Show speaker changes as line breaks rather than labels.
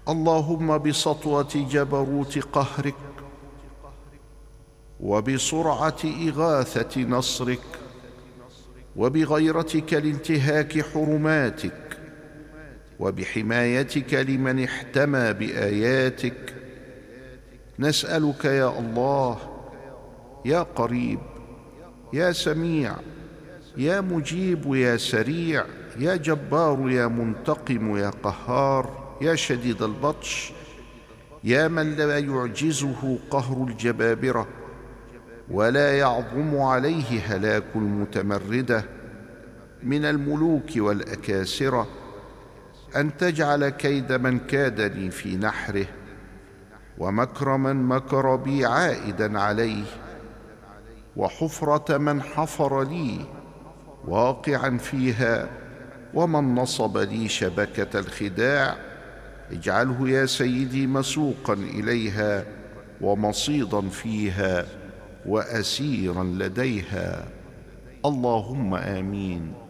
اللهم بسطوة جبروت قهرك وبسرعة إغاثة نصرك وبغيرتك لانتهاك حرماتك وبحمايتك لمن احتمى بآياتك نسألك يا الله يا قريب يا سميع يا مجيب يا سريع يا جبار يا منتقم يا قهار يا شديد البطش يا من لا يعجزه قهر الجبابرة ولا يعظم عليه هلاك المتمردة من الملوك والأكاسرة أن تجعل كيد من كادني في نحره ومكر من مكر بي عائدا عليه وحفرة من حفر لي واقعا فيها ومن نصب لي شبكة الخداع اجعله يا سيدي مسوقا إليها ومصيدا فيها وأسيرا لديها اللهم آمين.